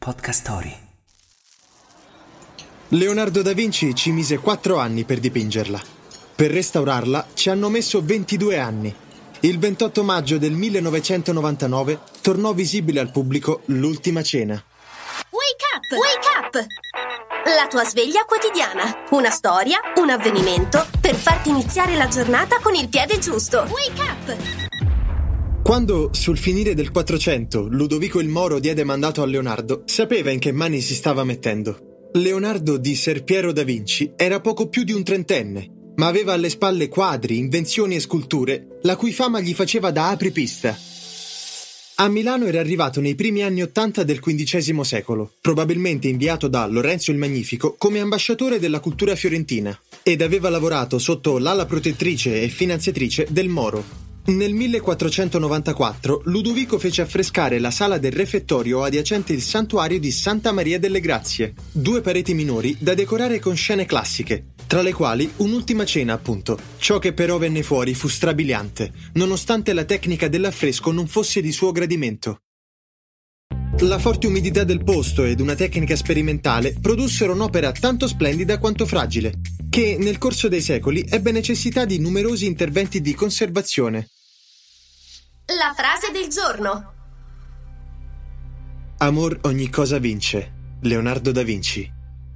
Podcast Story. Leonardo da Vinci ci mise 4 anni per dipingerla. Per restaurarla ci hanno messo 22 anni. Il 28 maggio del 1999 tornò visibile al pubblico L'ultima cena. Wake up! Wake up! La tua sveglia quotidiana. Una storia, un avvenimento per farti iniziare la giornata con il piede giusto. Wake up! Quando, sul finire del 400, Ludovico il Moro diede mandato a Leonardo, sapeva in che mani si stava mettendo. Leonardo di Ser Piero da Vinci era poco più di un trentenne, ma aveva alle spalle quadri, invenzioni e sculture, la cui fama gli faceva da apripista. A Milano era arrivato nei primi anni '80 del XV secolo, probabilmente inviato da Lorenzo il Magnifico come ambasciatore della cultura fiorentina, ed aveva lavorato sotto l'ala protettrice e finanziatrice del Moro. Nel 1494 Ludovico fece affrescare la sala del refettorio adiacente il santuario di Santa Maria delle Grazie, 2 pareti minori da decorare con scene classiche, tra le quali un'ultima cena, appunto. Ciò che però venne fuori fu strabiliante, nonostante la tecnica dell'affresco non fosse di suo gradimento. La forte umidità del posto ed una tecnica sperimentale produssero un'opera tanto splendida quanto fragile, che nel corso dei secoli ebbe necessità di numerosi interventi di conservazione. La frase del giorno. Amor ogni cosa vince. Leonardo da Vinci.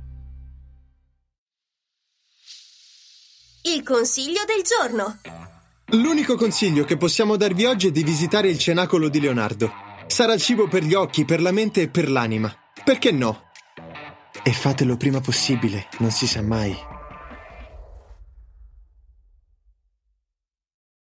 Il consiglio del giorno. L'unico consiglio che possiamo darvi oggi è di visitare il cenacolo di Leonardo. Sarà cibo per gli occhi, per la mente e per l'anima. Perché no? E fatelo prima possibile, non si sa mai.